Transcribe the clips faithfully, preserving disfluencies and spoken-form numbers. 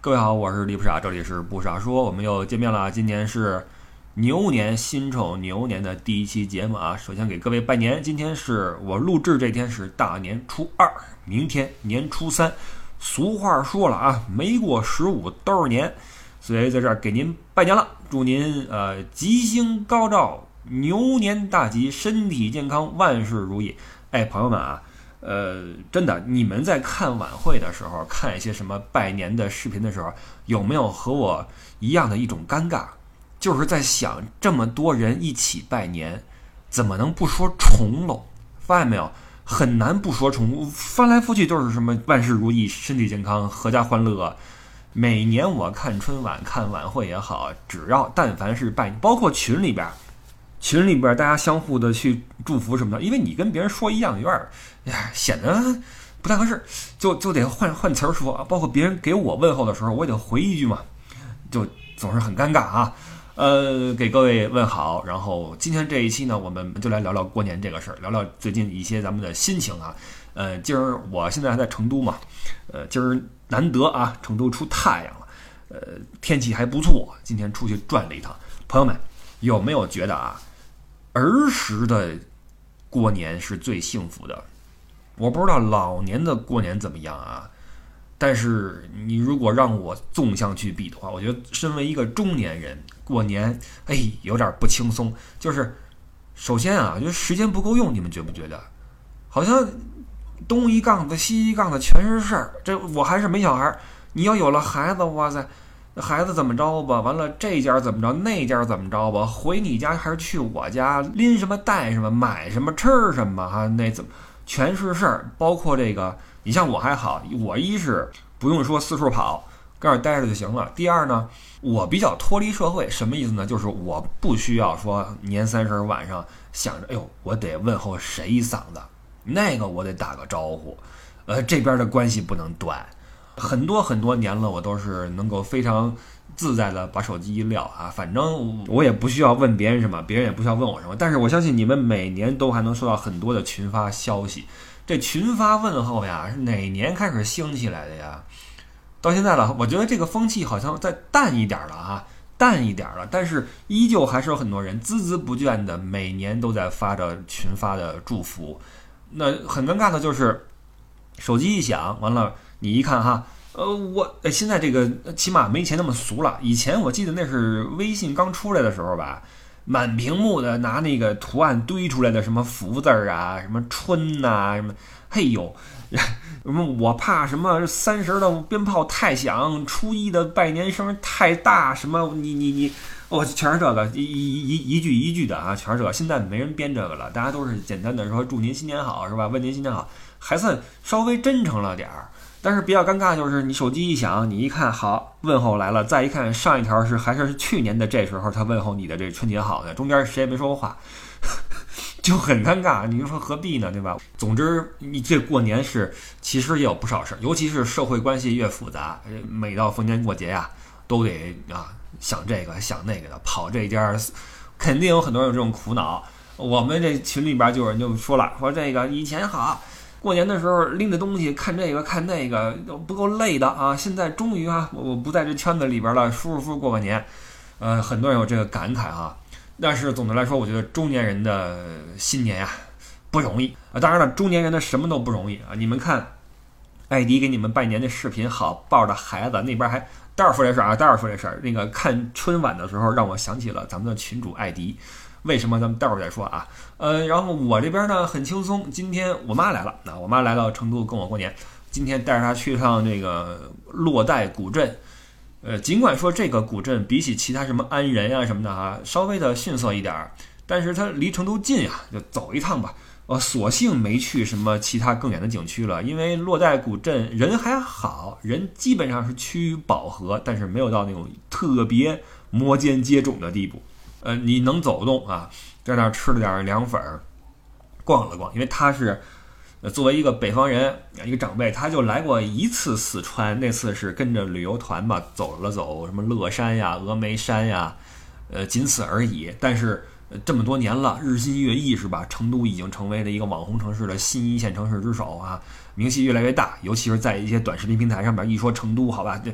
各位好，我是李不傻，这里是不傻说，我们又见面了。今年是牛年，辛丑牛年的第一期节目啊。首先给各位拜年，今天是我录制这天是大年初二，明天年初三。俗话说了啊，没过十五都是年，所以在这儿给您拜年了，祝您呃吉星高照，牛年大吉，身体健康，万事如意。哎，朋友们啊。呃，真的，你们在看晚会的时候，看一些什么拜年的视频的时候，有没有和我一样的一种尴尬？就是在想，这么多人一起拜年，怎么能不说重喽？发现没有，很难不说重，翻来覆去都是什么万事如意、身体健康、阖家欢乐。每年我看春晚、看晚会也好，只要但凡是拜年，包括群里边。群里边大家相互的去祝福什么的，因为你跟别人说一样，有点哎显得不太合适，就就得换换词儿说。包括别人给我问候的时候，我也得回一句嘛，就总是很尴尬啊。呃，给各位问好。然后今天这一期呢，我们就来聊聊过年这个事儿，聊聊最近一些咱们的心情啊。呃，今儿我现在还在成都嘛，呃，今儿难得啊，成都出太阳了，呃，天气还不错，今天出去转了一趟。朋友们有没有觉得啊？儿时的过年是最幸福的，我不知道老年的过年怎么样啊。但是你如果让我纵向去比的话，我觉得身为一个中年人，过年哎有点不轻松。就是首先啊，就时间不够用，你们觉不觉得？好像东一杠子西一杠子全是事儿。这我还是没小孩，你要有了孩子，哇塞！孩子怎么着吧，完了这家怎么着，那家怎么着吧，回你家还是去我家，拎什么带什么，买什么吃什么哈，那怎么全是事儿。包括这个，你像我还好，我一是不用说四处跑，跟这待着就行了。第二呢，我比较脱离社会，什么意思呢？就是我不需要说年三十晚上想着，哎呦，我得问候谁一嗓子，那个我得打个招呼，呃，这边的关系不能断。很多很多年了，我都是能够非常自在的把手机一撂啊，反正我也不需要问别人什么，别人也不需要问我什么。但是我相信你们每年都还能收到很多的群发消息。这群发问候呀，是哪年开始兴起来的呀？到现在了，我觉得这个风气好像再淡一点了哈，淡一点了，但是依旧还是有很多人孜孜不倦的每年都在发着群发的祝福。那很尴尬的就是手机一响，完了你一看哈，呃，我现在这个起码没以前那么俗了。以前我记得那是微信刚出来的时候吧，满屏幕的拿那个图案堆出来的什么福字啊，什么春呐、啊，什么，嘿呦，什么我怕什么三十的鞭炮太响，初一的拜年声太大，什么你你你，我、哦、全是这个一一一一句一句的啊，全是这个。现在没人编这个了，大家都是简单的说祝您新年好是吧？问您新年好。还算稍微真诚了点儿，但是比较尴尬就是你手机一响，你一看好问候来了，再一看上一条是还是去年的这时候他问候你的这春节好的，中间谁也没说过话，就很尴尬。你说何必呢，对吧？总之你这过年是其实也有不少事，尤其是社会关系越复杂，每到逢年过节呀、啊，都得啊想这个想那个的，跑这家，肯定有很多人有这种苦恼。我们这群里边就有人就说了，说这个以前好。过年的时候拎着东西看这个看那个都不够累的啊！现在终于啊，我不在这圈子里边了，舒舒服服过个年。呃，很多人有这个感慨啊。但是总的来说，我觉得中年人的新年呀、啊、不容易啊。当然了，中年人的什么都不容易啊。你们看，艾迪给你们拜年的视频，好抱着孩子，那边还待会儿说这事儿啊，待会儿说这事儿。那个看春晚的时候，让我想起了咱们的群主艾迪。为什么咱们待会儿再说啊？呃，然后我这边呢很轻松，今天我妈来了，那我妈来到成都跟我过年，今天带着她去趟这个洛带古镇。呃，尽管说这个古镇比起其他什么安仁啊什么的啊，稍微的逊色一点，但是它离成都近啊，就走一趟吧。呃，索性没去什么其他更远的景区了，因为洛带古镇人还好，人基本上是趋于饱和，但是没有到那种特别摩肩接踵的地步。呃，你能走动啊，在那儿吃了点凉粉，逛了逛，因为他是，呃，作为一个北方人，一个长辈，他就来过一次四川，那次是跟着旅游团吧，走了走什么乐山呀、峨眉山呀，呃，仅此而已。但是、呃、这么多年了，日新月异是吧？成都已经成为了一个网红城市的新一线城市之首啊，名气越来越大，尤其是在一些短视频平台上面，一说成都，好吧，这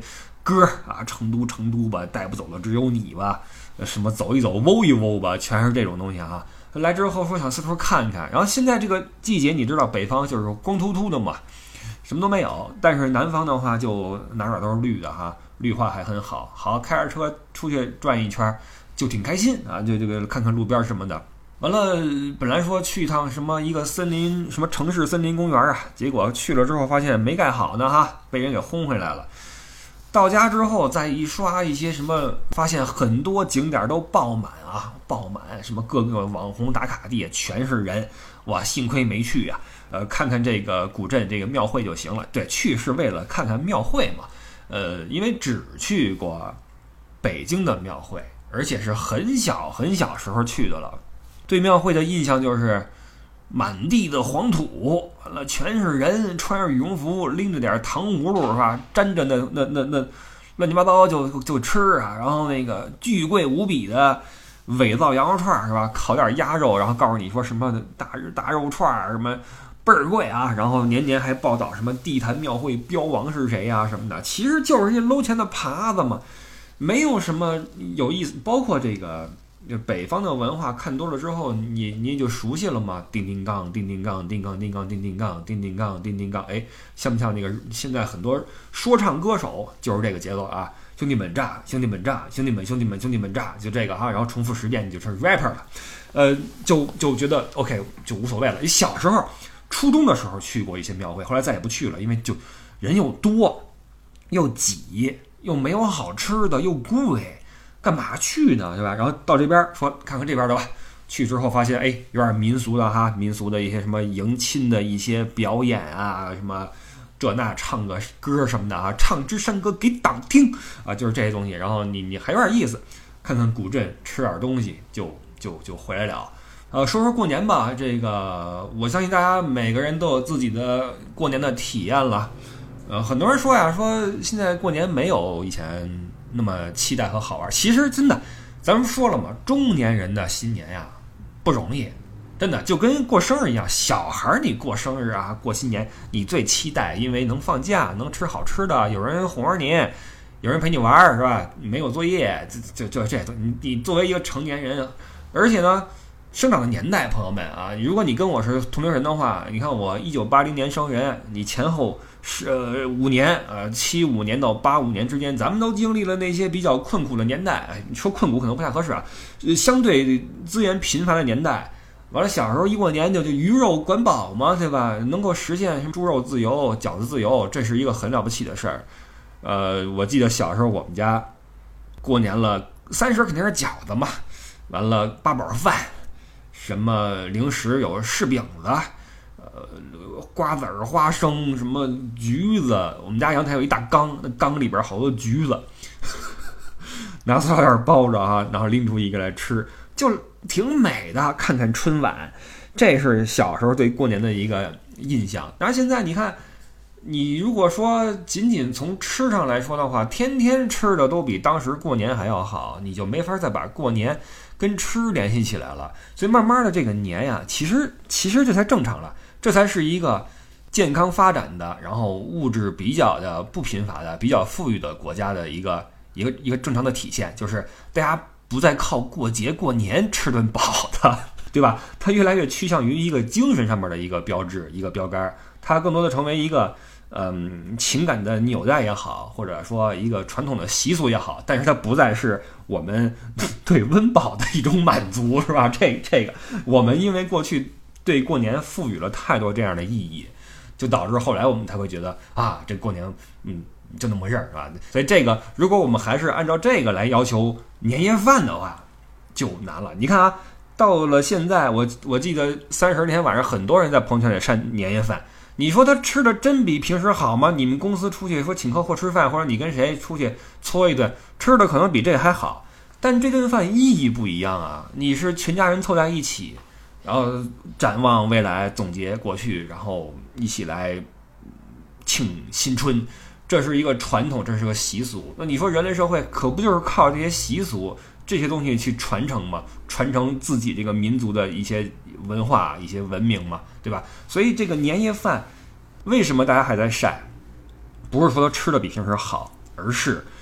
歌啊，成都成都吧，带不走的只有你吧，什么走一走搂一搂吧，全是这种东西啊。来之后说想四处看看，然后现在这个季节你知道北方就是光秃秃的嘛，什么都没有，但是南方的话就哪哪都是绿的哈，绿化还很好，好开着车出去转一圈就挺开心啊，就这个看看路边什么的。完了，本来说去一趟什么一个森林什么城市森林公园啊，结果去了之后发现没盖好呢哈，被人给轰回来了。到家之后再一刷一些什么，发现很多景点都爆满啊，爆满，什么各个网红打卡地全是人，哇，幸亏没去啊，呃，看看这个古镇这个庙会就行了。对，去是为了看看庙会嘛，呃，因为只去过北京的庙会，而且是很小很小时候去的了，对庙会的印象就是满地的黄土，完了全是人，穿着羽绒服，拎着点糖葫芦是吧？沾着那那那那乱七八糟就就吃啊，然后那个巨贵无比的伪造羊肉串是吧？烤点鸭肉，然后告诉你说什么大大肉串什么倍儿贵啊，然后年年还报道什么地坛庙会标王是谁啊什么的，其实就是一些搂钱的耙子嘛，没有什么有意思，包括这个。北方的文化看多了之后，你你就熟悉了嘛？叮叮当，叮叮当，叮当叮当，叮叮当，叮叮当，叮叮当。哎，像不像那个现在很多说唱歌手就是这个节奏啊？兄弟们炸，兄弟们炸，兄弟们兄弟们兄弟们炸，就这个哈，然后重复十遍你就成 rapper 了。呃，就就觉得 OK 就无所谓了。你小时候初中的时候去过一些庙会，后来再也不去了，因为就人又多又挤，又没有好吃的，又贵。干嘛去呢，对吧？然后到这边说看看这边的吧。去之后发现，哎，有点民俗的哈，民俗的一些什么迎亲的一些表演啊，什么这那唱个歌什么的啊，唱支山歌给党听啊，就是这些东西。然后你你还有点意思，看看古镇，吃点东西，就就就回来了。呃，说说过年吧，这个我相信大家每个人都有自己的过年的体验了。呃，很多人说呀，说现在过年没有以前那么期待和好玩，其实真的，咱们说了嘛，中年人的新年呀不容易，真的就跟过生日一样。小孩你过生日啊，过新年，你最期待，因为能放假，能吃好吃的，有人哄着你，有人陪你玩，是吧？没有作业，就就这这，你你作为一个成年人，而且呢，生长的年代，朋友们啊，如果你跟我是同龄人的话，你看我一九八零年生人，你前后。是呃五年，呃七五年到八五年之间，咱们都经历了那些比较困苦的年代。哎，你说困苦可能不太合适啊，呃，相对资源贫乏的年代。完了，小时候一过年就就鱼肉管饱嘛，对吧？能够实现什么猪肉自由、饺子自由，这是一个很了不起的事儿。呃，我记得小时候我们家过年了，三十肯定是饺子嘛，完了八宝饭，什么零食有柿饼子。呃，瓜子儿、花生、什么橘子，我们家阳台有一大缸，那缸里边好多橘子，拿塑料袋包着啊，然后拎出一个来吃，就挺美的。看看春晚，这是小时候对过年的一个印象。然后现在你看，你如果说仅仅从吃上来说的话，天天吃的都比当时过年还要好，你就没法再把过年跟吃联系起来了。所以慢慢的这个年呀，其实其实这才正常了。这才是一个健康发展的，然后物质比较的不贫乏的、比较富裕的国家的一个一个一个正常的体现，就是大家不再靠过节过年吃顿饱的，对吧？它越来越趋向于一个精神上面的一个标志、一个标杆，它更多的成为一个嗯情感的纽带也好，或者说一个传统的习俗也好，但是它不再是我们对温饱的一种满足，是吧？这这个我们因为过去。对过年赋予了太多这样的意义，就导致后来我们才会觉得啊，这过年嗯就那么回事儿，是吧？所以这个如果我们还是按照这个来要求年夜饭的话，就难了。你看啊，到了现在，我我记得三十那天晚上，很多人在朋友圈里晒年夜饭，你说他吃的真比平时好吗？你们公司出去说请客或吃饭，或者你跟谁出去搓一顿，吃的可能比这还好，但这顿饭意义不一样啊！你是全家人凑在一起。然后展望未来，总结过去，然后一起来庆新春，这是一个传统，这是个习俗。那你说人类社会可不就是靠这些习俗、这些东西去传承吗？传承自己这个民族的一些文化、一些文明嘛，对吧？所以这个年夜饭，为什么大家还在晒？不是说它吃的比平时好，而是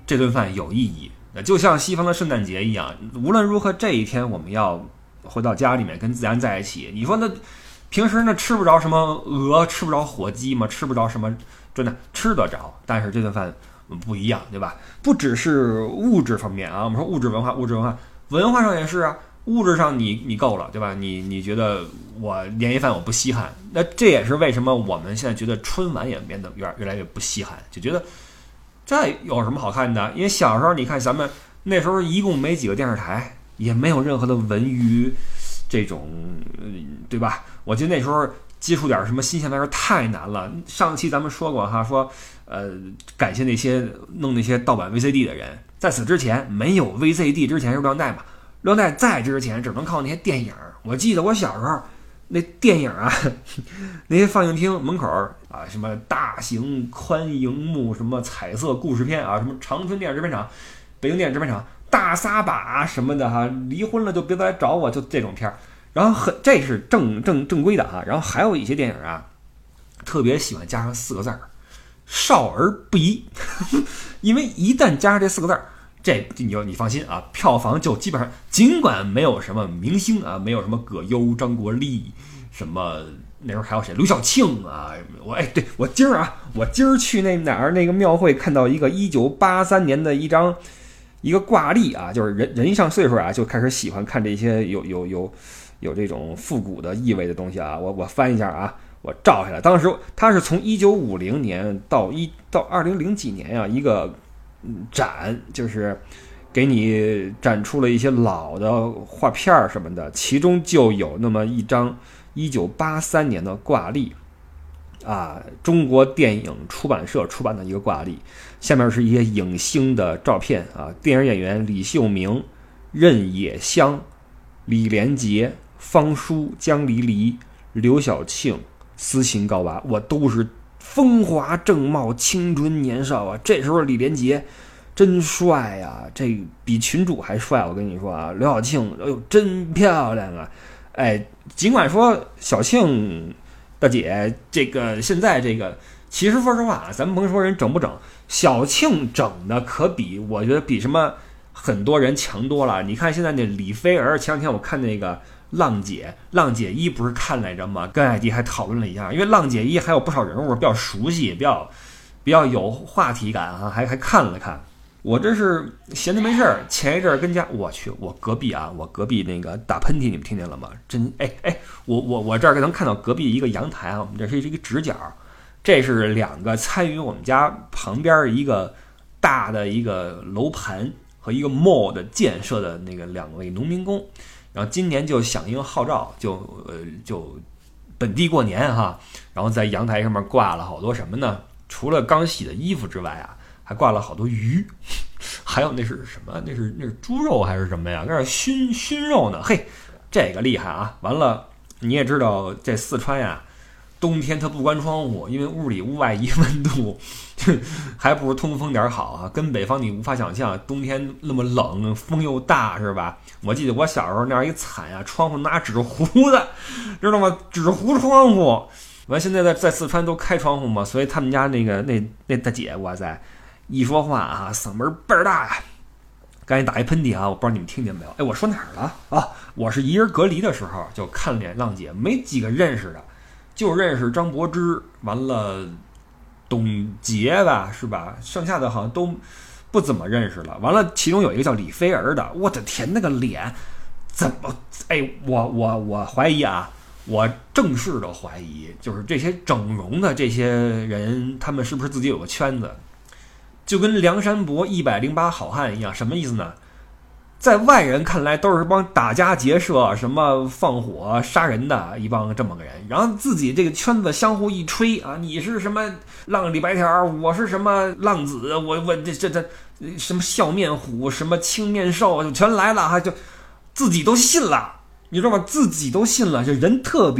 这顿饭有意义。就像西方的圣诞节一样，无论如何这一天我们要回到家里面跟自然在一起。你说那平时那吃不着什么鹅，吃不着火鸡嘛，吃不着什么，真的吃得着，但是这顿饭不一样，对吧？不只是物质方面啊，我们说物质文化，物质文化，文化上也是啊。物质上你你够了，对吧？你你觉得我年夜饭我不稀罕，那这也是为什么我们现在觉得春晚也变得越越来越不稀罕，就觉得这有什么好看的？因为小时候你看咱们那时候一共没几个电视台，也没有任何的文娱这种，对吧？我记得那时候接触点什么新鲜玩意儿太难了。上期咱们说过哈，说呃感谢那些弄那些盗版 V C D 的人，在此之前没有 V C D 之前是录像带嘛。录像带在之前只能靠那些电影。我记得我小时候那电影啊，那些放映厅门口啊，什么大型宽荧幕，什么彩色故事片啊，什么长春电影制片厂、北京电影制片厂、大撒把什么的哈，离婚了就别再来找我，就这种片儿。然后很这是正正正规的哈。然后还有一些电影啊，特别喜欢加上四个字儿，少儿不宜，因为一旦加上这四个字儿。这你就你放心啊，票房就基本上，尽管没有什么明星啊，没有什么葛优、张国立，什么那时候还有谁，刘晓庆啊，我哎，对我今儿啊，我今儿去那哪儿那个庙会看到一个一九八三年的一张一个挂历啊，就是人人一上岁数啊，就开始喜欢看这些有有有有这种复古的意味的东西啊，我我翻一下啊，我照下来，当时他是从一九五零年到一到二零零几年啊，一个。展就是给你展出了一些老的画片什么的，其中就有那么一张一九八三年的挂历啊，中国电影出版社出版的一个挂历，下面是一些影星的照片啊，电影演员李秀明、任野香、李连杰、方舒、江离离、刘晓庆、斯琴高娃，我都是风华正茂，青春年少啊！这时候李连杰真帅呀、啊，这比群主还帅。我跟你说啊，刘晓庆，哎呦，真漂亮啊！哎，尽管说小庆大姐这个现在这个，其实说实话，咱们甭说人整不整，小庆整的可比我觉得比什么很多人强多了。你看现在那李菲儿，前两天我看那个。浪姐，浪姐一不是看来着吗？跟艾迪还讨论了一下，因为浪姐一还有不少人物比较熟悉，比较比较有话题感啊，还还看了看。我这是闲着没事儿，前一阵儿跟家，我去，我隔壁啊，我隔壁那个打喷嚏，你们听见了吗？真哎哎，我我我这儿能看到隔壁一个阳台啊，我们这是一个直角，这是两个参与我们家旁边一个大的一个楼盘和一个 mall 的建设的那个两位农民工。然后今年就响应号召，就呃就本地过年哈，然后在阳台上面挂了好多什么呢？除了刚洗的衣服之外啊，还挂了好多鱼，还有那是什么？那是那是猪肉还是什么呀？那是熏熏肉呢。嘿，这个厉害啊！完了，你也知道这四川呀，冬天它不关窗户，因为屋里屋外一温度，还不如通风点好啊。跟北方你无法想象，冬天那么冷，风又大，是吧？我记得我小时候那样一惨啊，窗户拿纸糊的，知道吗？纸糊窗户。完，现在在在四川都开窗户嘛，所以他们家那个那那大姐，哇塞，一说话啊，嗓门倍儿大呀。赶紧打一喷嚏啊！我不知道你们听见没有？哎，我说哪儿了啊？我是一人隔离的时候就看脸浪姐，没几个认识的，就认识张柏芝，完了董洁吧，是吧？剩下的好像都不怎么认识了。完了，其中有一个叫李菲儿的，我的天，那个脸怎么？哎，我我我怀疑啊，我正式的怀疑，就是这些整容的这些人，他们是不是自己有个圈子？就跟梁山伯一百零八好汉一样，什么意思呢？在外人看来都是帮打家劫舍、什么放火杀人的一帮这么个人，然后自己这个圈子相互一吹啊，你是什么浪里白条，我是什么浪子，我我这这这什么笑面虎，什么青面兽，就全来了，还就自己都信了，你知道吗？自己都信了，这人特别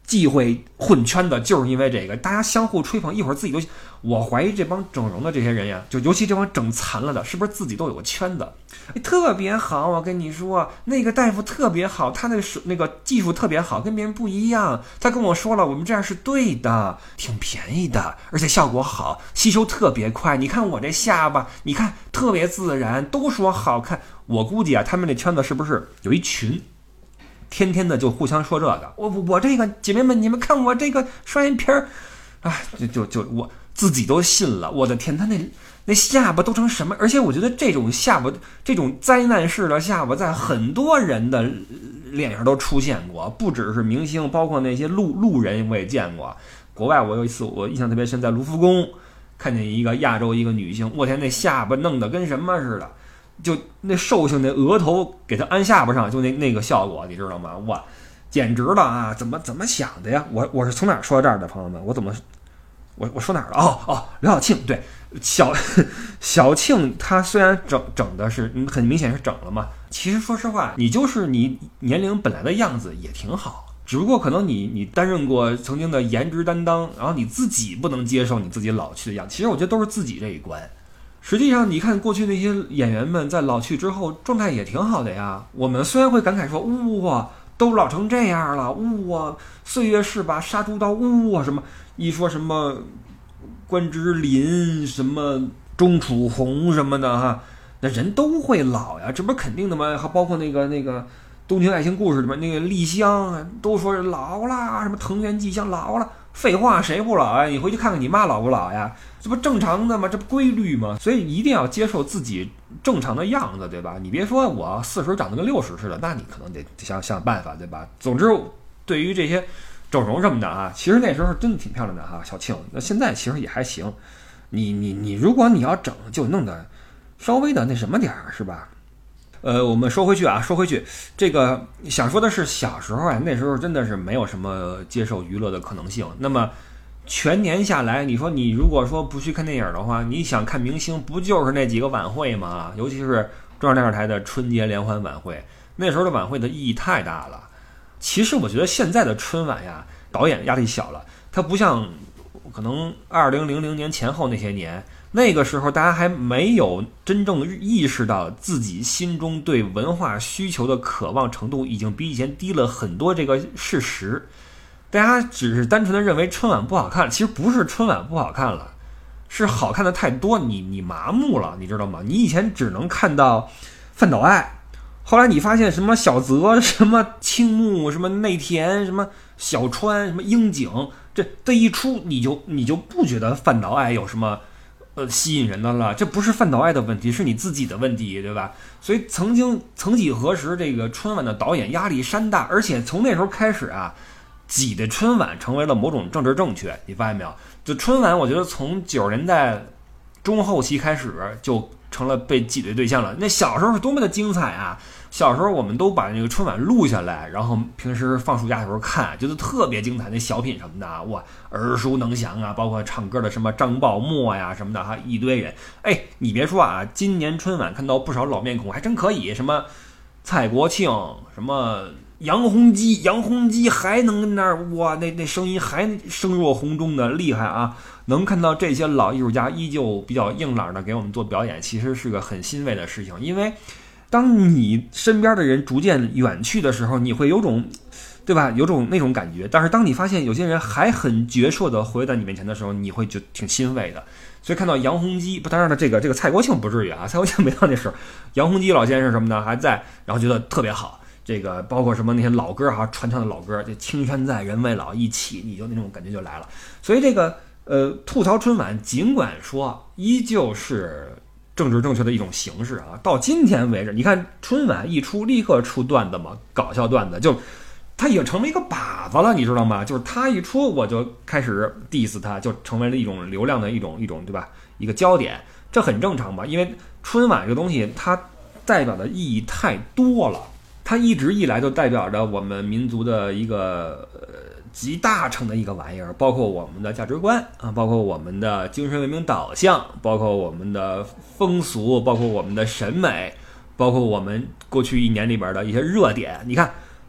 忌讳混圈的，就是因为这个，大家相互吹捧，一会儿自己都，我怀疑这帮整容的这些人呀，就尤其这帮整残了的，是不是自己都有个圈子？哎，特别好，我跟你说，那个大夫特别好，他那个那个技术特别好，跟别人不一样。他跟我说了，我们这样是对的，挺便宜的，而且效果好，吸收特别快。你看我这下巴，你看特别自然，都说好看。我估计啊，他们这圈子是不是有一群？天天的就互相说这个，我我这个姐妹们，你们看我这个双眼皮儿，啊，就就就我自己都信了。我的天，他那那下巴都成什么？而且我觉得这种下巴，这种灾难式的下巴，在很多人的脸上都出现过，不只是明星，包括那些路路人我也见过。国外我有一次我印象特别深，在卢浮宫看见一个亚洲一个女性，我天，那下巴弄得跟什么似的。就那寿星那额头给他安下巴上，就那那个效果，你知道吗？哇，简直了啊！怎么怎么想的呀？我我是从哪儿说到这儿的，朋友们？我怎么我我说哪儿了？哦哦，刘晓庆，对，小小庆，他虽然整整的是很明显是整了嘛，其实说实话，你就是你年龄本来的样子也挺好，只不过可能你你担任过曾经的颜值担当，然后你自己不能接受你自己老去的样子，其实我觉得都是自己这一关。实际上你看过去那些演员们在老去之后状态也挺好的呀，我们虽然会感慨说哇都老成这样了，哇岁月是把杀猪刀，哇什么一说什么关之琳什么钟楚红什么的哈，那人都会老呀，这不是肯定的吗？还包括那个那个东京爱情故事里面那个丽香都说老啦，什么藤原纪香老了，废话，谁不老呀？你回去看看你妈老不老呀？这不正常的吗？这不规律吗？所以一定要接受自己正常的样子，对吧？你别说我四十长得跟六十似的，那你可能得想想办法，对吧？总之，对于这些整容什么的啊，其实那时候真的挺漂亮的哈，小庆。那现在其实也还行。你你你，如果你要整，就弄得稍微的那什么点儿，是吧？呃，我们说回去啊，说回去，这个想说的是，小时候啊，那时候真的是没有什么接受娱乐的可能性。那么全年下来，你说你如果说不去看电影的话，你想看明星，不就是那几个晚会吗？尤其是中央电视台的春节联欢晚会，那时候的晚会的意义太大了。其实我觉得现在的春晚呀，导演压力小了，它不像可能二零零零年前后那些年。那个时候大家还没有真正意识到自己心中对文化需求的渴望程度已经比以前低了很多，这个事实大家只是单纯的认为春晚不好看，其实不是春晚不好看了，是好看的太多，你你麻木了，你知道吗？你以前只能看到范岛爱，后来你发现什么小泽，什么青木，什么内田，什么小川，什么樱井，这这一出你就你就不觉得范岛爱有什么呃，吸引人的了，这不是范岛爱的问题，是你自己的问题，对吧？所以曾经曾几何时，这个春晚的导演压力山大，而且从那时候开始啊，挤的春晚成为了某种政治正确，你发现没有？就春晚，我觉得从九十年代中后期开始就成了被挤兑对象了。那小时候是多么的精彩啊！小时候我们都把那个春晚录下来，然后平时放暑假的时候看，觉得特别精彩。那小品什么的啊，哇，耳熟能详啊，包括唱歌的什么张爆墨呀什么的哈，一堆人。哎，你别说啊，今年春晚看到不少老面孔，还真可以。什么蔡国庆，什么杨洪基，杨洪基还能跟那儿哇，那那声音还声若洪钟的厉害啊！能看到这些老艺术家依旧比较硬朗的给我们做表演，其实是个很欣慰的事情。因为当你身边的人逐渐远去的时候，你会有种，对吧？有种那种感觉。但是当你发现有些人还很矍铄的回到你面前的时候，你会就挺欣慰的。所以看到杨洪基，不当然了，这个这个蔡国庆不至于啊，蔡国庆没到那时候，杨洪基老先生什么的还在，然后觉得特别好。这个包括什么那些老歌哈，传唱的老歌，这青山在人未老一起，你就那种感觉就来了。所以这个呃吐槽春晚，尽管说依旧是政治正确的一种形式啊，到今天为止，你看春晚一出立刻出段子嘛，搞笑段子，就它已经成为一个靶子了，你知道吗？就是它一出我就开始 diss 它，就成为了一种流量的一种一种对吧？一个焦点，这很正常吧？因为春晚这个东西它代表的意义太多了。它一直以来都代表着我们民族的一个呃集大成的一个玩意儿，包括我们的价值观啊，包括我们的精神文明导向，包括我们的风俗，包括我们的审美，包括我们过去一年里边的一些热点。你看，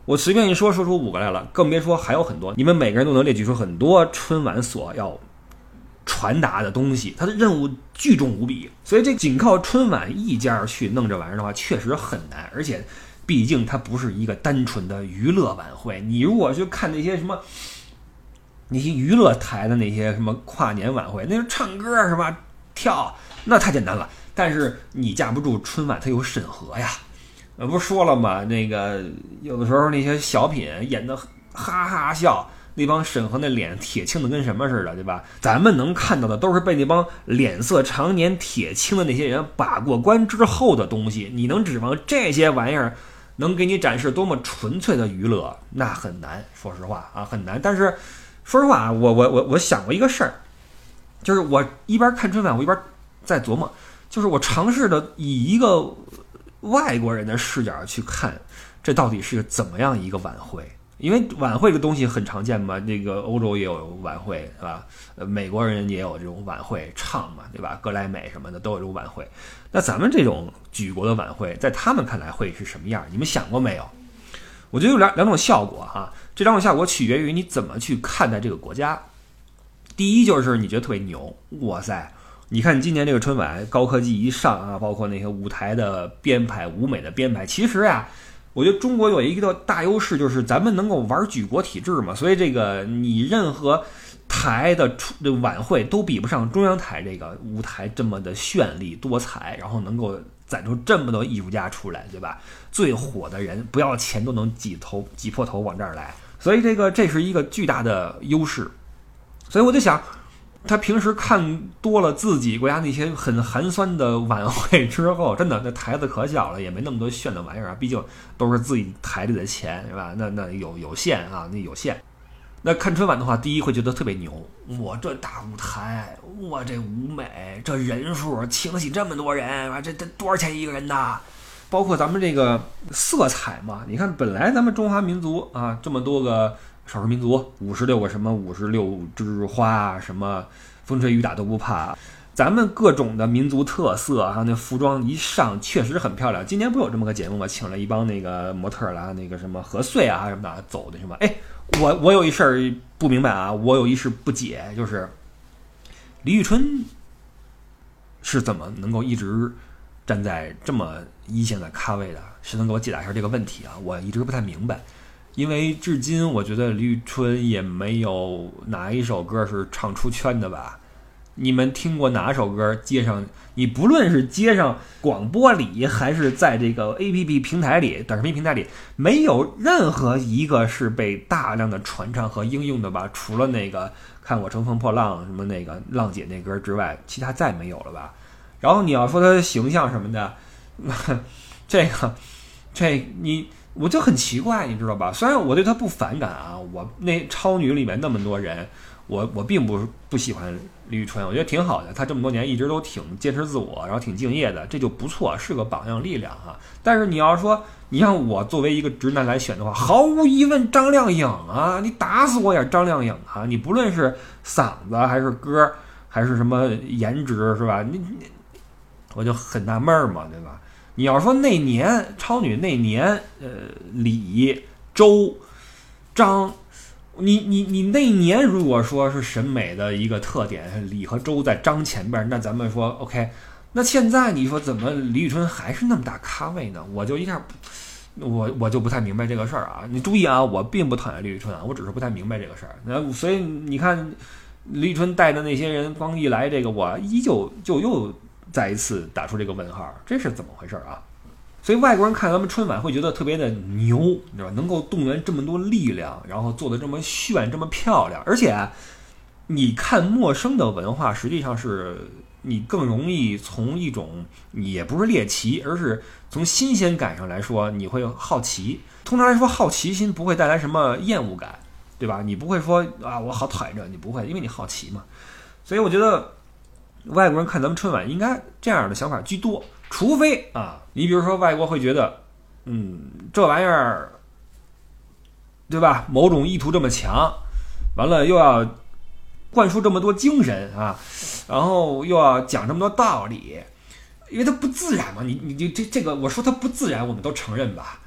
我随便一说说出五个来了，更别说还有很多，你们每个人都能列举出很多春晚所要传达的东西，它的任务巨重无比，所以这仅靠春晚一家去弄这玩意儿的话确实很难，而且毕竟它不是一个单纯的娱乐晚会。你如果去看那些什么那些娱乐台的那些什么跨年晚会，那是唱歌是吧，跳，那太简单了，但是你架不住春晚它有审核呀。呃，不是说了吗？那个有的时候那些小品演的哈哈笑，那帮审核那脸铁青的跟什么似的，对吧？咱们能看到的都是被那帮脸色常年铁青的那些人把过关之后的东西，你能指望这些玩意儿能给你展示多么纯粹的娱乐？那很难，说实话啊，很难。但是说实话，我我我我想过一个事儿，就是我一边看春晚，我一边在琢磨，就是我尝试的以一个外国人的视角去看，这到底是个怎么样一个晚会？因为晚会这东西很常见嘛，这个欧洲也有晚会，是吧？呃，美国人也有这种晚会唱嘛，对吧？格莱美什么的都有这种晚会。那咱们这种举国的晚会，在他们看来会是什么样？你们想过没有？我觉得有两两种效果哈，这两种效果取决于你怎么去看待这个国家。第一就是你觉得特别牛，哇塞！你看今年这个春晚高科技一上啊，包括那些舞台的编排、舞美的编排，其实呀、啊，我觉得中国有一个大优势，就是咱们能够玩举国体制嘛，所以这个你任何台的晚会都比不上中央台这个舞台这么的绚丽多彩，然后能够攒出这么多艺术家出来，对吧？最火的人不要钱都能挤头挤破头往这儿来，所以这个这是一个巨大的优势。所以我就想，他平时看多了自己国家那些很寒酸的晚会之后，真的那台子可小了，也没那么多炫的玩意儿啊，毕竟都是自己台里的钱，是吧？那那有有限啊，那有限。那看春晚的话，第一会觉得特别牛，我这大舞台，我这舞美，这人数请得起这么多人，这这多少钱一个人呐？包括咱们这个色彩嘛，你看本来咱们中华民族啊，这么多个少数民族，五十六个什么五十六枝花，什么风吹雨打都不怕。咱们各种的民族特色，还有那服装一上确实很漂亮。今年不有这么个节目吗？请了一帮那个模特啦，那个什么何穗啊什么的走的什么。哎，我我有一事儿不明白啊，我有一事不解，就是李宇春是怎么能够一直站在这么一线的咖位的？谁能给我解答一下这个问题啊？我一直不太明白。因为至今我觉得李宇春也没有哪一首歌是唱出圈的吧？你们听过哪首歌街上，你不论是街上广播里还是在这个 A P P 平台里短视频平台里，没有任何一个是被大量的传唱和应用的吧？除了那个看我乘风破浪什么那个浪姐那歌之外，其他再没有了吧？然后你要说她的形象什么的，这个这你我就很奇怪，你知道吧？虽然我对她不反感啊，我那超女里面那么多人，我我并不不喜欢李宇春，我觉得挺好的，她这么多年一直都挺坚持自我，然后挺敬业的，这就不错，是个榜样力量哈。但是你要说你让我作为一个直男来选的话，毫无疑问张靓颖啊，你打死我也是张靓颖啊！你不论是嗓子还是歌还是什么颜值是吧？你你我就很纳闷嘛，对吧？你要说那年超女那年，呃，李周张。你你你那年如果说是审美的一个特点，李和周在张前边，那咱们说 OK。那现在你说怎么李宇春还是那么大咖位呢？我就一下，我我就不太明白这个事儿啊。你注意啊，我并不讨厌李宇春啊，我只是不太明白这个事儿。那所以你看，李宇春带的那些人光一来这个，我依旧就又再一次打出这个问号，这是怎么回事啊？所以外国人看咱们春晚会觉得特别的牛，你知道吧？能够动员这么多力量，然后做的这么炫，这么漂亮。而且啊，你看陌生的文化，实际上是你更容易从一种也不是猎奇，而是从新鲜感上来说，你会好奇。通常来说，好奇心不会带来什么厌恶感，对吧？你不会说啊，我好讨厌这，你不会，因为你好奇嘛。所以我觉得外国人看咱们春晚应该这样的想法居多。除非啊，你比如说外国会觉得，嗯，这玩意儿，对吧？某种意图这么强，完了又要灌输这么多精神啊，然后又要讲这么多道理，因为它不自然嘛。你你这这个，我说它不自然，我们都承认吧。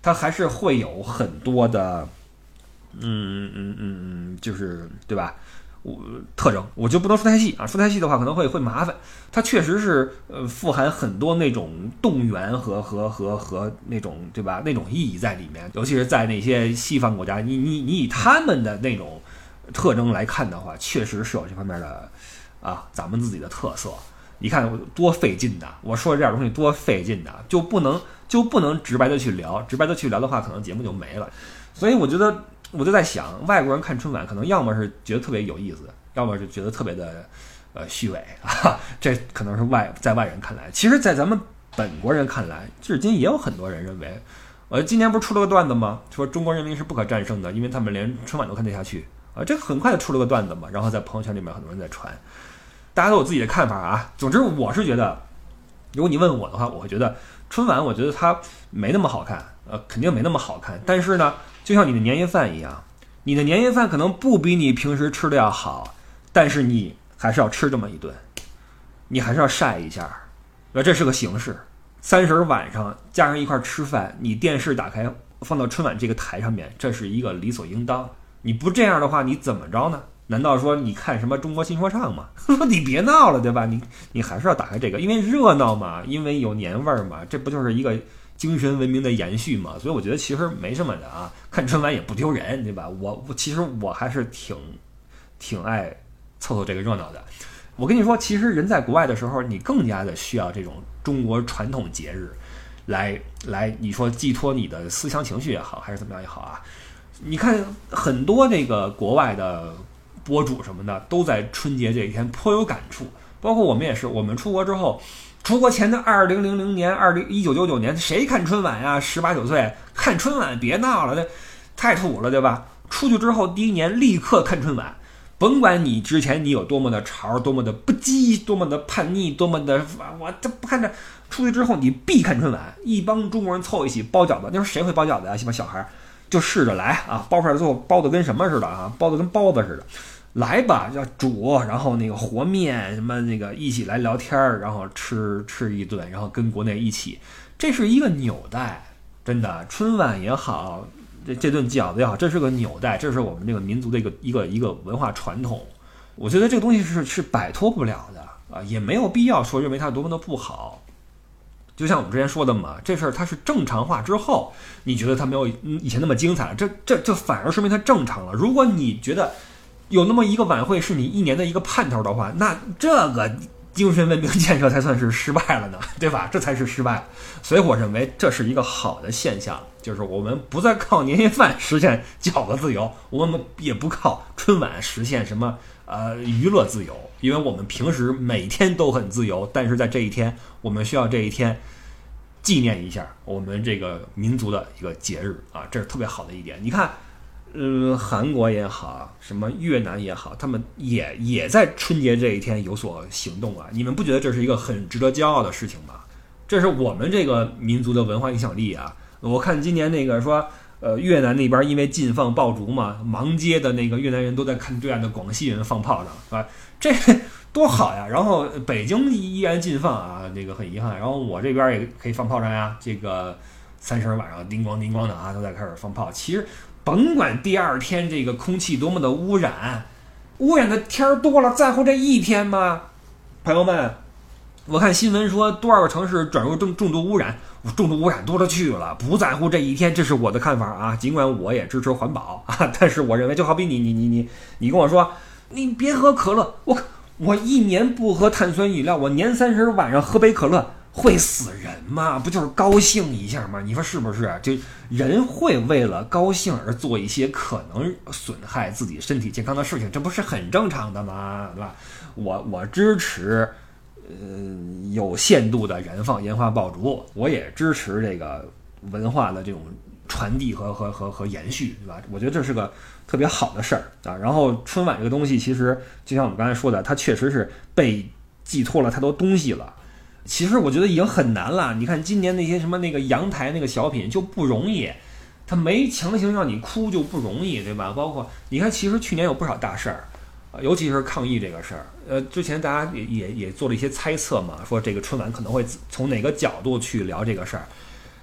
它还是会有很多的，嗯嗯嗯嗯，就是对吧？我特征我就不能说太细啊，说太细的话可能会会麻烦。它确实是呃富含很多那种动员和和和和那种对吧那种意义在里面，尤其是在那些西方国家，你你你以他们的那种特征来看的话，确实是有这方面的啊咱们自己的特色。你看多费劲的，我说的这点东西多费劲的，就不能就不能直白的去聊，直白的去聊的话，可能节目就没了。所以我觉得。我就在想，外国人看春晚，可能要么是觉得特别有意思，要么是觉得特别的，呃，虚伪啊。这可能是外在外人看来，其实，在咱们本国人看来，至今也有很多人认为，呃，今年不是出了个段子吗？说中国人民是不可战胜的，因为他们连春晚都看得下去啊。这很快就出了个段子嘛，然后在朋友圈里面很多人在传，大家都有自己的看法啊。总之，我是觉得，如果你问我的话，我会觉得春晚，我觉得它没那么好看，呃，肯定没那么好看，但是呢。就像你的年夜饭一样，你的年夜饭可能不比你平时吃的要好，但是你还是要吃这么一顿，你还是要晒一下，那这是个形式。三十晚上家人一块吃饭，你电视打开放到春晚这个台上面，这是一个理所应当。你不这样的话，你怎么着呢？难道说你看什么中国新说唱吗？你别闹了，对吧？你你还是要打开这个，因为热闹嘛，因为有年味儿嘛，这不就是一个精神文明的延续嘛？所以我觉得其实没什么的啊，看春晚也不丢人，对吧？我我其实我还是挺挺爱凑凑这个热闹的。我跟你说，其实人在国外的时候，你更加的需要这种中国传统节日来来，你说寄托你的思乡情绪也好，还是怎么样也好啊？你看很多这个国外的博主什么的都在春节这一天颇有感触，包括我们也是。我们出国之后，出国前的二零零零年、二零一九九九年，谁看春晚呀？十八九岁看春晚，别闹了，那太土了，对吧？出去之后第一年立刻看春晚，甭管你之前你有多么的潮、多么的不羁、多么的叛逆、多么的我这不看着，出去之后你必看春晚。一帮中国人凑一起包饺子，那时候谁会包饺子啊？西方小孩就试着来啊，包出来之后包的跟什么似的啊，包的跟包子似的。来吧，要煮，然后那个和面什么那个一起来聊天，然后吃吃一顿，然后跟国内一起，这是一个纽带，真的。春晚也好，这这顿饺子也好，这是个纽带，这是我们这个民族的一个一个一个文化传统。我觉得这个东西是是摆脱不了的啊，也没有必要说认为它多么的不好。就像我们之前说的嘛，这事儿它是正常化之后，你觉得它没有以前那么精彩了，这这这反而说明它正常了。如果你觉得有那么一个晚会是你一年的一个盼头的话，那这个精神文明建设才算是失败了呢，对吧？这才是失败。所以我认为这是一个好的现象，就是我们不再靠年夜饭实现饺子自由，我们也不靠春晚实现什么呃娱乐自由，因为我们平时每天都很自由，但是在这一天，我们需要这一天纪念一下我们这个民族的一个节日啊，这是特别好的一点。你看。呃，韩国也好，什么越南也好，他们也也在春节这一天有所行动啊！你们不觉得这是一个很值得骄傲的事情吗？这是我们这个民族的文化影响力啊！我看今年那个说，呃，越南那边因为禁放爆竹嘛，忙街的那个越南人都在看对岸的广西人放炮仗，是吧？这多好呀！然后北京依然禁放啊，这个很遗憾。然后我这边也可以放炮仗呀，这个三十晚上叮咣叮咣的啊，都在开始放炮。其实。甭管第二天这个空气多么的污染，污染的天儿多了，在乎这一天吗？朋友们，我看新闻说多少个城市转入重重度污染，重度污染多了去了，不在乎这一天，这是我的看法啊。尽管我也支持环保啊，但是我认为就好比你你你你你跟我说，你别喝可乐，我我一年不喝碳酸饮料，我年三十晚上喝杯可乐。会死人吗？不就是高兴一下吗？你说是不是？就人会为了高兴而做一些可能损害自己身体健康的事情，这不是很正常的吗？对吧？我我支持，呃，有限度的燃放烟花爆竹，我也支持这个文化的这种传递和和和和延续，对吧？我觉得这是个特别好的事儿啊。然后春晚这个东西，其实就像我们刚才说的，它确实是被寄托了太多东西了。其实我觉得已经很难了。你看今年那些什么那个阳台那个小品就不容易，他没强行让你哭就不容易，对吧？包括你看，其实去年有不少大事儿，尤其是抗疫这个事儿。呃，之前大家也也也做了一些猜测嘛，说这个春晚可能会从哪个角度去聊这个事儿。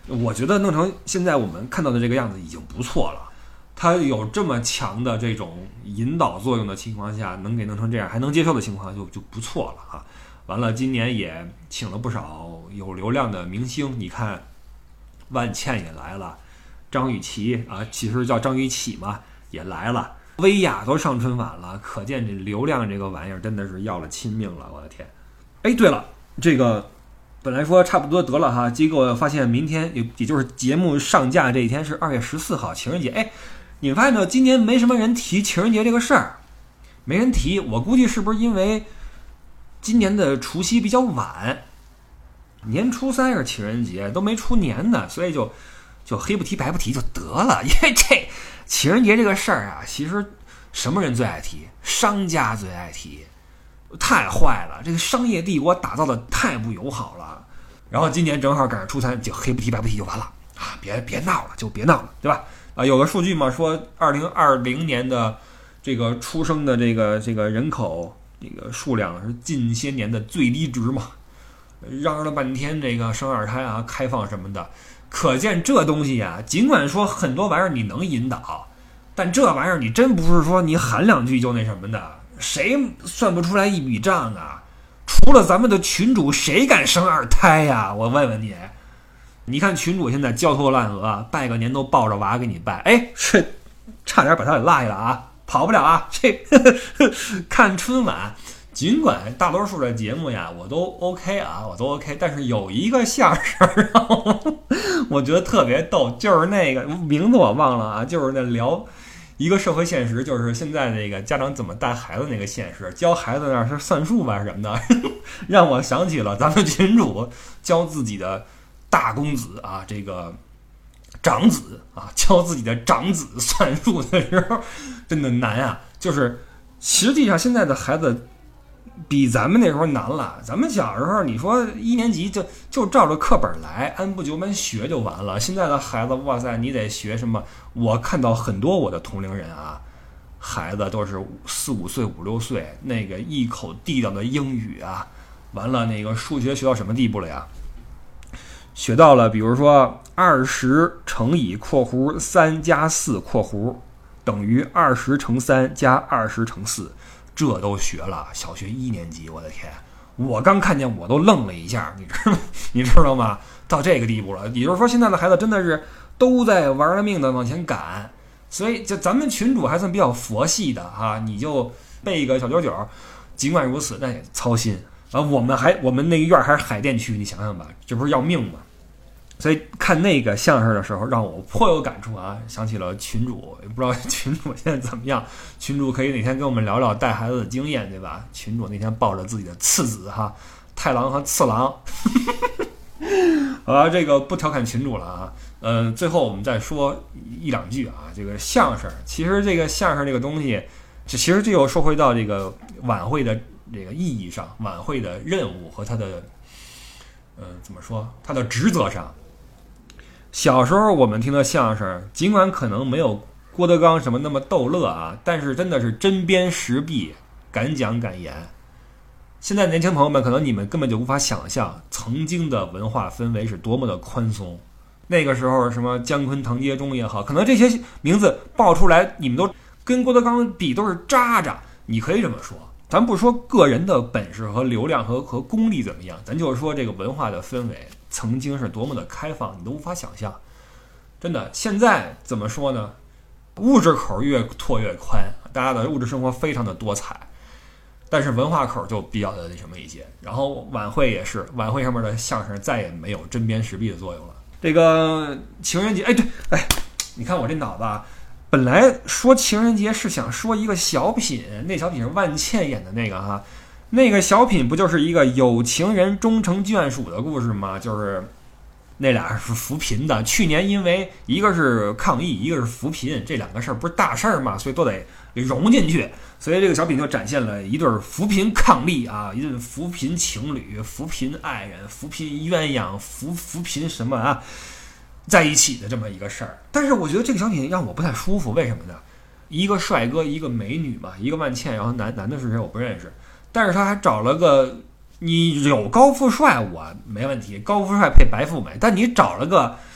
我觉得弄成现在我们看到的这个样子已经不错了。它有这么强的这种引导作用的情况下，能给弄成这样还能接受的情况就就不错了啊。完了，今年也请了不少有流量的明星，你看万茜也来了，张雨绮啊，其实叫张雨绮嘛，也来了，薇娅都上春晚了，可见这流量这个玩意儿真的是要了亲命了，我的天！哎，对了，这个本来说差不多得了哈，结果发现明天也也就是节目上架这一天是二月十四号情人节，哎，你们发现没有？今年没什么人提情人节这个事儿，没人提，我估计是不是因为今年的除夕比较晚，年初三是情人节，都没出年呢，所以就就黑不提白不提就得了。因为这情人节这个事儿啊，其实什么人最爱提？商家最爱提，太坏了，这个商业帝国打造的太不友好了。然后今年正好赶上初三，就黑不提白不提就完了啊！别别闹了，就别闹了，对吧？啊，有个数据嘛，说二零二零年的这个出生的这个这个人口这个数量是近些年的最低值嘛，嚷嚷了半天这个生二胎啊、开放什么的，可见这东西啊，尽管说很多玩意儿你能引导，但这玩意儿你真不是说你喊两句就那什么的，谁算不出来一笔账啊？除了咱们的群主，谁敢生二胎呀？我问问你。你看群主现在焦头烂额，拜个年都抱着娃给你拜，哎，是差点把他给落下了啊，跑不了啊！这呵呵看春晚，尽管大多数的节目呀我都 OK 啊，我都 OK， 但是有一个相声让我我觉得特别逗，就是那个名字我忘了啊，就是那聊一个社会现实，就是现在那个家长怎么带孩子那个现实，教孩子那是算术吧什么的，让我想起了咱们群主教自己的大公子啊，这个长子啊，教自己的长子算术的时候，真的难啊！就是实际上现在的孩子比咱们那时候难了。咱们小时候，你说一年级就就照着课本来，按部就班学就完了。现在的孩子，哇塞，你得学什么？我看到很多我的同龄人啊，孩子都是四五岁、五六岁，那个一口地道的英语啊，完了那个数学学到什么地步了呀？学到了，比如说二十乘以括弧三加四括弧等于二十乘三加二十乘四，这都学了。小学一年级，我的天！我刚看见我都愣了一下，你知道你知道吗？到这个地步了，也就是说，现在的孩子真的是都在玩了命的往前赶。所以，就咱们群主还算比较佛系的哈、啊，你就背一个小九九，尽管如此，那也操心。啊，我们还我们那个院还是海淀区，你想想吧，这不是要命吗？所以看那个相声的时候，让我颇有感触啊，想起了群主，也不知道群主现在怎么样。群主可以哪天跟我们聊聊带孩子的经验，对吧？群主那天抱着自己的次子哈，太郎和次郎。好了，这个不调侃群主了啊。呃，最后我们再说一两句啊，这个相声，其实这个相声这个东西，这其实这又说回到这个晚会的这个意义上，晚会的任务和它的，呃，怎么说，它的职责上。小时候我们听的相声，尽管可能没有郭德纲什么那么逗乐啊，但是真的是针砭时弊，敢讲敢言。现在年轻朋友们可能你们根本就无法想象曾经的文化氛围是多么的宽松。那个时候什么姜昆、唐杰忠也好，可能这些名字报出来，你们都跟郭德纲比都是渣渣。你可以这么说，咱不说个人的本事和流量和和功力怎么样，咱就是说这个文化的氛围曾经是多么的开放，你都无法想象。真的，现在怎么说呢？物质口越拓越宽，大家的物质生活非常的多彩，但是文化口就比较的那什么一些。然后晚会也是，晚会上面的相声再也没有针砭时弊的作用了。这个情人节，哎对，哎，你看我这脑子啊，本来说情人节是想说一个小品，那小品是万茜演的那个哈，那个小品不就是一个有情人终成眷属的故事吗？就是那俩是扶贫的，去年因为一个是抗疫，一个是扶贫，这两个事儿不是大事儿嘛，所以都得融进去。所以这个小品就展现了一对扶贫伉俪啊，一对扶贫情侣、扶贫爱人、扶贫鸳鸯、扶扶贫什么啊，在一起的这么一个事儿。但是我觉得这个小品让我不太舒服，为什么呢？一个帅哥，一个美女嘛，一个万茜，然后男男的是谁我不认识，但是他还找了个，你有高富帅我没问题，高富帅配白富美，但你找了个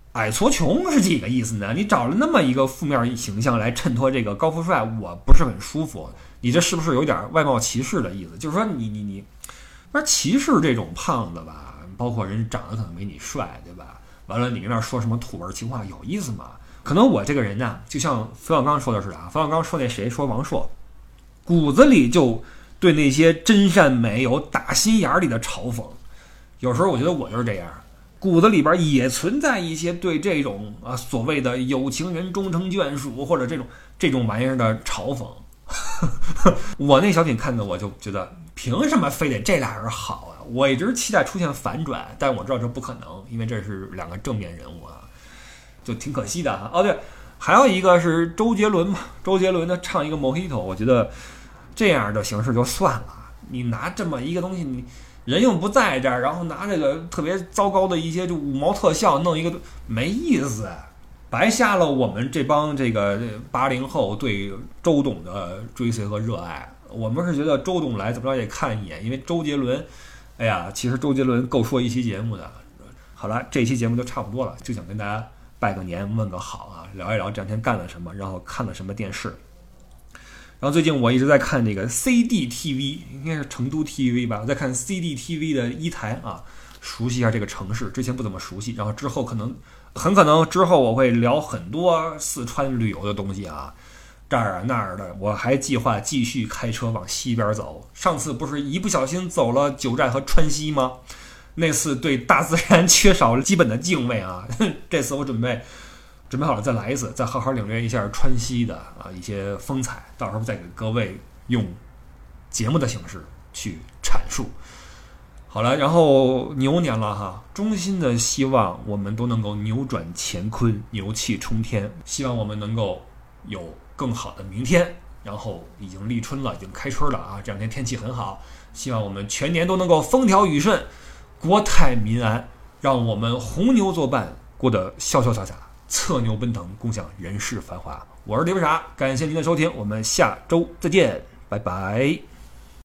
矮矬穷是几个意思呢？你找了那么一个负面形象来衬托这个高富帅，我不是很舒服。你这是不是有点外貌歧视的意思？就是说你你你，不是歧视这种胖子吧？包括人长得可能没你帅，对吧？完了你跟那说什么土味情话，有意思吗？可能我这个人呢、啊，就像冯小刚说的似的啊，冯小刚说那谁说王朔，骨子里就对那些真善美有打心眼里的嘲讽。有时候我觉得我就是这样，骨子里边也存在一些对这种啊所谓的有情人终成眷属或者这种这种玩意儿的嘲讽。我那小品看的我就觉得，凭什么非得这俩人好啊？我一直期待出现反转，但我知道这不可能，因为这是两个正面人物啊，就挺可惜的啊。哦对，还有一个是周杰伦嘛，周杰伦呢唱一个 Mojito， 我觉得这样的形式就算了，你拿这么一个东西，你人又不在这儿，然后拿这个特别糟糕的一些就五毛特效弄一个没意思。白瞎了我们这帮这个八零后对周董的追随和热爱。我们是觉得周董来怎么着也看一眼，因为周杰伦，哎呀，其实周杰伦够说一期节目的。好了，这期节目就差不多了，就想跟大家拜个年，问个好啊，聊一聊这两天干了什么，然后看了什么电视。然后最近我一直在看这个 C D T V， 应该是成都 T V 吧，我在看 C D T V 的一台啊，熟悉一下这个城市，之前不怎么熟悉，然后之后可能。很可能之后我会聊很多四川旅游的东西啊，这儿啊那儿的，我还计划继续开车往西边走。上次不是一不小心走了九寨和川西吗？那次对大自然缺少了基本的敬畏啊，这次我准备准备好了再来一次，再好好领略一下川西的啊一些风采，到时候再给各位用节目的形式去阐述。好了，然后牛年了哈，衷心的希望我们都能够扭转乾坤，牛气冲天，希望我们能够有更好的明天。然后已经立春了，已经开春了啊，这两天天气很好，希望我们全年都能够风调雨顺，国泰民安，让我们红牛作伴，过得潇潇洒洒，策牛奔腾，共享人世繁华。我是李不傻，感谢您的收听，我们下周再见，拜拜。